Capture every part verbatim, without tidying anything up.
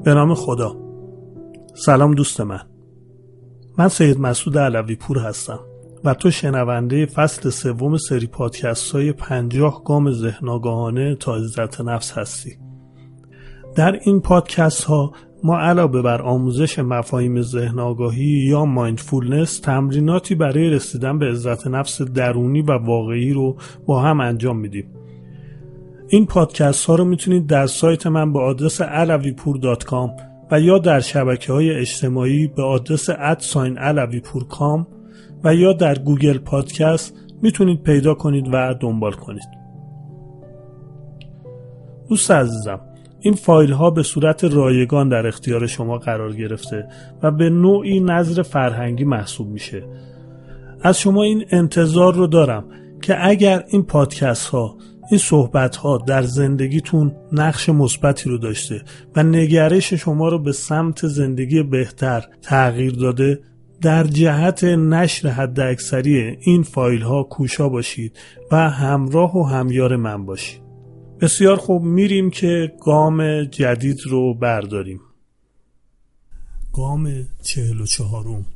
به نام خدا. سلام دوست من. من سید مسعود علوی پور هستم و تو شنونده فصل سوم سری پادکست های پنجاه گام ذهن آگاهانه تا عزت نفس هستی. در این پادکست ها ما علاوه بر آموزش مفاهیم ذهن آگاهی یا مایندفولنس، تمریناتی برای رسیدن به عزت نفس درونی و واقعی رو با هم انجام میدیم. این پادکست ها رو میتونید در سایت من به آدرس علوی پور دات کام و یا در شبکه های اجتماعی به آدرس ادساین علوی پور کام و یا در گوگل پادکست میتونید پیدا کنید و دنبال کنید. دوست عزیزم، این فایل ها به صورت رایگان در اختیار شما قرار گرفته و به نوعی نظر فرهنگی محسوب میشه. از شما این انتظار رو دارم که اگر این پادکست ها، این صحبت ها در زندگیتون نقش مثبتی رو داشته و نگرش شما رو به سمت زندگی بهتر تغییر داده، در جهت نشر حداکثری این فایل ها کوشا باشید و همراه و همیار من باشید. بسیار خوب، میریم که گام جدید رو برداریم. گام چهل و چهارم.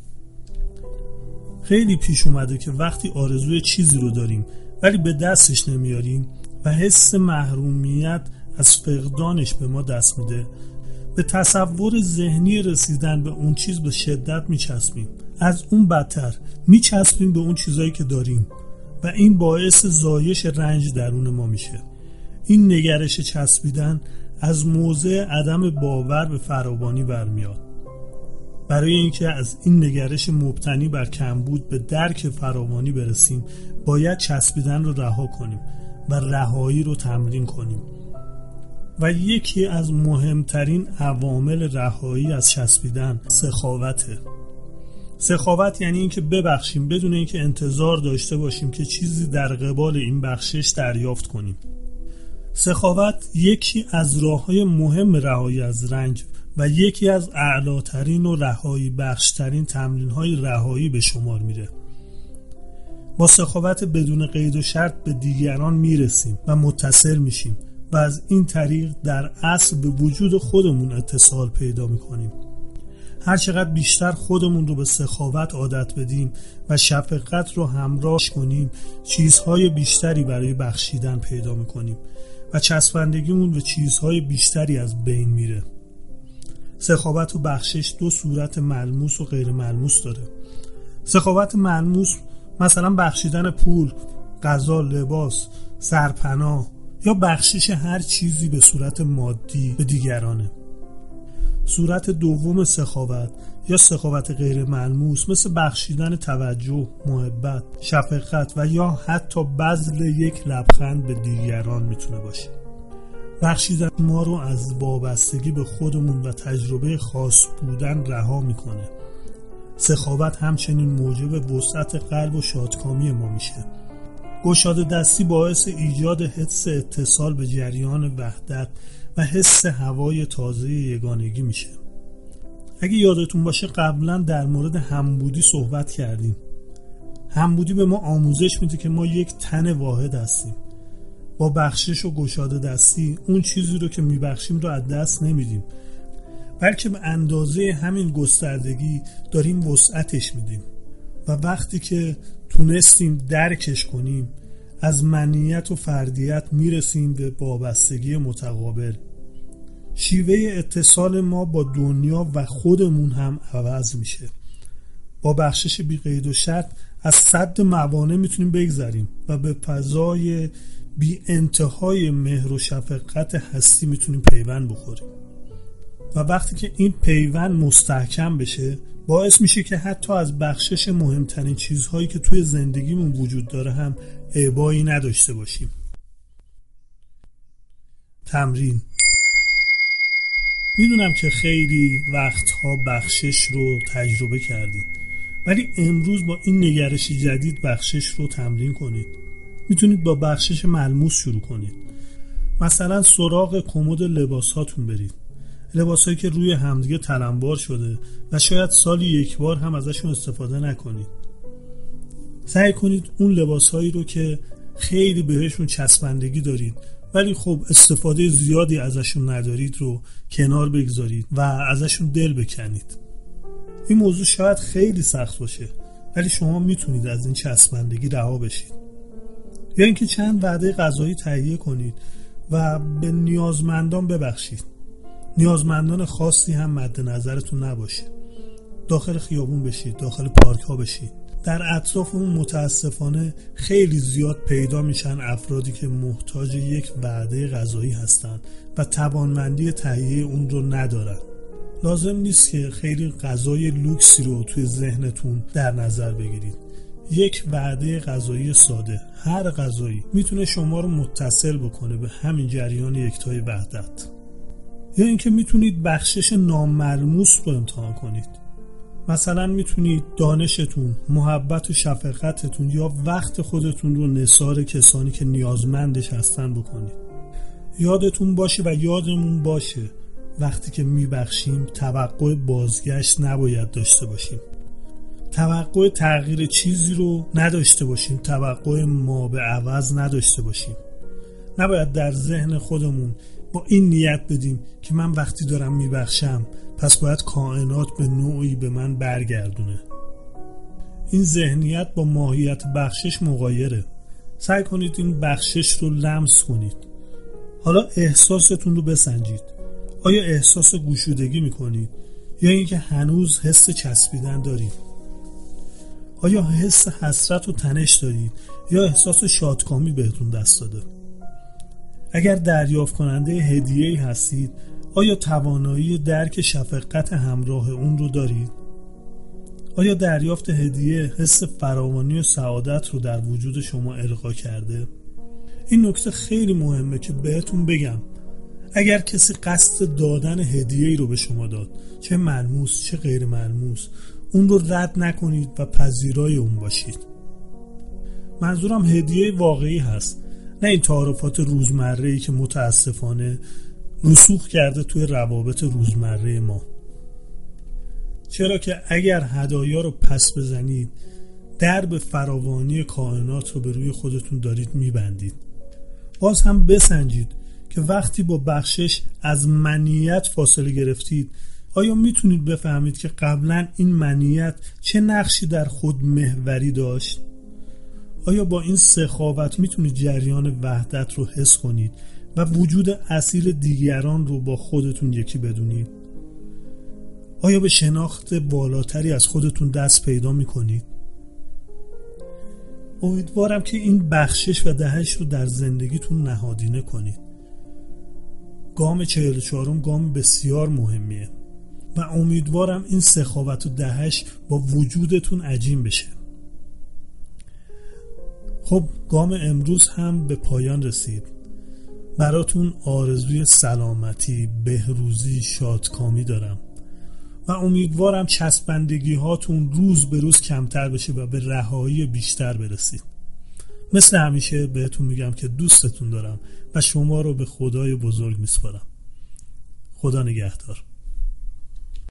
خیلی پیش اومده که وقتی آرزوی چیزی رو داریم ولی به دستش نمیاریم و حس محرومیت از فقدانش به ما دست میده، به تصور ذهنی رسیدن به اون چیز به شدت میچسبیم. از اون بدتر میچسبیم به اون چیزایی که داریم و این باعث زایش رنج درون ما میشه. این نگرش چسبیدن از موضع عدم باور به فراوانی برمیاد. برای اینکه از این نگرش مبتنی بر کمبود به درک فراوانی برسیم، باید چسبیدن رو رها کنیم و رهایی رو تمرین کنیم. و یکی از مهمترین عوامل رهایی از چسبیدن سخاوته. سخاوت یعنی اینکه ببخشیم بدون اینکه انتظار داشته باشیم که چیزی در قبال این بخشش دریافت کنیم. سخاوت یکی از راه‌های مهم رهایی از رنج و یکی از اعلاترین و رهایی بخشترین تمرین‌های رهایی به شمار میره. با سخاوت بدون قید و شرط به دیگران میرسیم و متصل میشیم و از این طریق در اصل به وجود خودمون اتصال پیدا میکنیم. هر چقدر بیشتر خودمون رو به سخاوت عادت بدیم و شفقت رو همراهش کنیم، چیزهای بیشتری برای بخشیدن پیدا میکنیم و چسبندگیمون به چیزهای بیشتری از بین میره. سخاوت و بخشش دو صورت ملموس و غیر ملموس داره. سخاوت ملموس مثلا بخشیدن پول، غذا، لباس، سرپناه یا بخشش هر چیزی به صورت مادی به دیگرانه. صورت دوم سخاوت یا سخاوت غیر ملموس مثل بخشیدن توجه، محبت، شفقت و یا حتی بذل یک لبخند به دیگران میتونه باشه. بخشیدن ما رو از وابستگی به خودمون و تجربه خاص بودن رها میکنه. سخاوت همچنین موجب وسعت قلب و شادکامی ما میشه. گشاده دستی باعث ایجاد حس اتصال به جریان وحدت و حس هوای تازه یگانگی میشه. اگه یادتون باشه قبلا در مورد همبودی صحبت کردیم. همبودی به ما آموزش میده که ما یک تن واحد هستیم. با بخشش و گشاده دستی اون چیزی رو که میبخشیم رو از دست نمیدیم، بلکه به اندازه همین گستردگی داریم وسعتش میدیم و وقتی که تونستیم درکش کنیم، از منیت و فردیت میرسیم به وابستگی متقابل. شیوه اتصال ما با دنیا و خودمون هم عوض میشه. با بخشش بی قید و شرط از سد موانع میتونیم بگذریم و به فضای بی انتهای مهر و شفقت هستی میتونیم پیوند بخوریم. و وقتی که این پیوند مستحکم بشه، باعث میشه که حتی از بخشش مهمترین چیزهایی که توی زندگیمون وجود داره هم ابایی نداشته باشیم. تمرین. میدونم که خیلی وقتها بخشش رو تجربه کردید، ولی امروز با این نگرش جدید بخشش رو تمرین کنید. میتونید با بخشش ملموس شروع کنید. مثلا سراغ کمد لباس هاتون برید. لباسایی که روی همدیگه تلمبار شده و شاید سالی یک بار هم ازشون استفاده نکنید. سعی کنید اون لباسایی رو که خیلی بهشون چسبندگی دارید ولی خب استفاده زیادی ازشون ندارید رو کنار بگذارید و ازشون دل بکنید. این موضوع شاید خیلی سخت باشه، ولی شما میتونید از این چسبندگی رها بشید. یا اینکه چند وعده غذایی تهیه کنید و به نیازمندان ببخشید. نیازمندان خاصی هم مد نظرتون نباشه. داخل خیابون بشید، داخل پارک ها بشید. در اطرافمون متاسفانه خیلی زیاد پیدا میشن افرادی که محتاج یک وعده غذایی هستن و توانمندی تهیه اون رو ندارن. لازم نیست که خیلی غذای لوکسی رو توی ذهنتون در نظر بگیرید. یک وعده غذایی ساده، هر غذایی، میتونه شما رو متصل بکنه به همین جریان یکتای وحدت. یا اینکه میتونید بخشش ناملموس رو امتحان کنید. مثلا میتونید دانشتون، محبت و شفقتتون یا وقت خودتون رو نثار کسانی که نیازمندش هستن بکنید. یادتون باشه و یادمون باشه وقتی که میبخشیم توقع بازگشت نباید داشته باشیم. توقع تغییر چیزی رو نداشته باشیم، توقع ما به عوض نداشته باشیم. نباید در ذهن خودمون با این نیت بدیم که من وقتی دارم میبخشم پس باید کائنات به نوعی به من برگردونه. این ذهنیت با ماهیت بخشش مغایره. سعی کنید این بخشش رو لمس کنید. حالا احساستون رو بسنجید. آیا احساس گشودگی میکنید یا اینکه هنوز حس چسبیدن دارید؟ آیا حس حسرت و تنش دارید یا احساس شادکامی بهتون دست داده؟ اگر دریافت کننده هدیه‌ای هستید، آیا توانایی درک شفقت همراه اون رو دارید؟ آیا دریافت هدیه حس فراوانی و سعادت رو در وجود شما القا کرده؟ این نکته خیلی مهمه که بهتون بگم. اگر کسی قصد دادن هدیه‌ای رو به شما داد، چه ملموس چه غیر ملموس، اون رو رد نکنید و پذیرای اون باشید. منظورم هدیه واقعی هست، نه این تعارفات روزمره‌ای که متاسفانه رسوخ کرده توی روابط روزمره ما. چرا که اگر هدایا رو پس بزنید، درب فراوانی کائنات رو به روی خودتون دارید میبندید. باز هم بسنجید که وقتی با بخشش از منیت فاصله گرفتید، آیا میتونید بفهمید که قبلا این منیت چه نقشی در خود محوری داشت؟ آیا با این سخاوت میتونید جریان وحدت رو حس کنید و وجود اصیل دیگران رو با خودتون یکی بدونید؟ آیا به شناخت بالاتری از خودتون دست پیدا میکنید؟ امیدوارم که این بخشش و دهش رو در زندگیتون نهادینه کنید. گام چهل و چهارم گام بسیار مهمیه و امیدوارم این سخاوت و دهش با وجودتون عجین بشه. خب گام امروز هم به پایان رسید. براتون آرزوی سلامتی، بهروزی، شادکامی دارم و امیدوارم چسبندگی هاتون روز به روز کمتر بشه و به رهایی بیشتر برسید. مثل همیشه بهتون میگم که دوستتون دارم و شما رو به خدای بزرگ میسپارم. خدا نگهدار.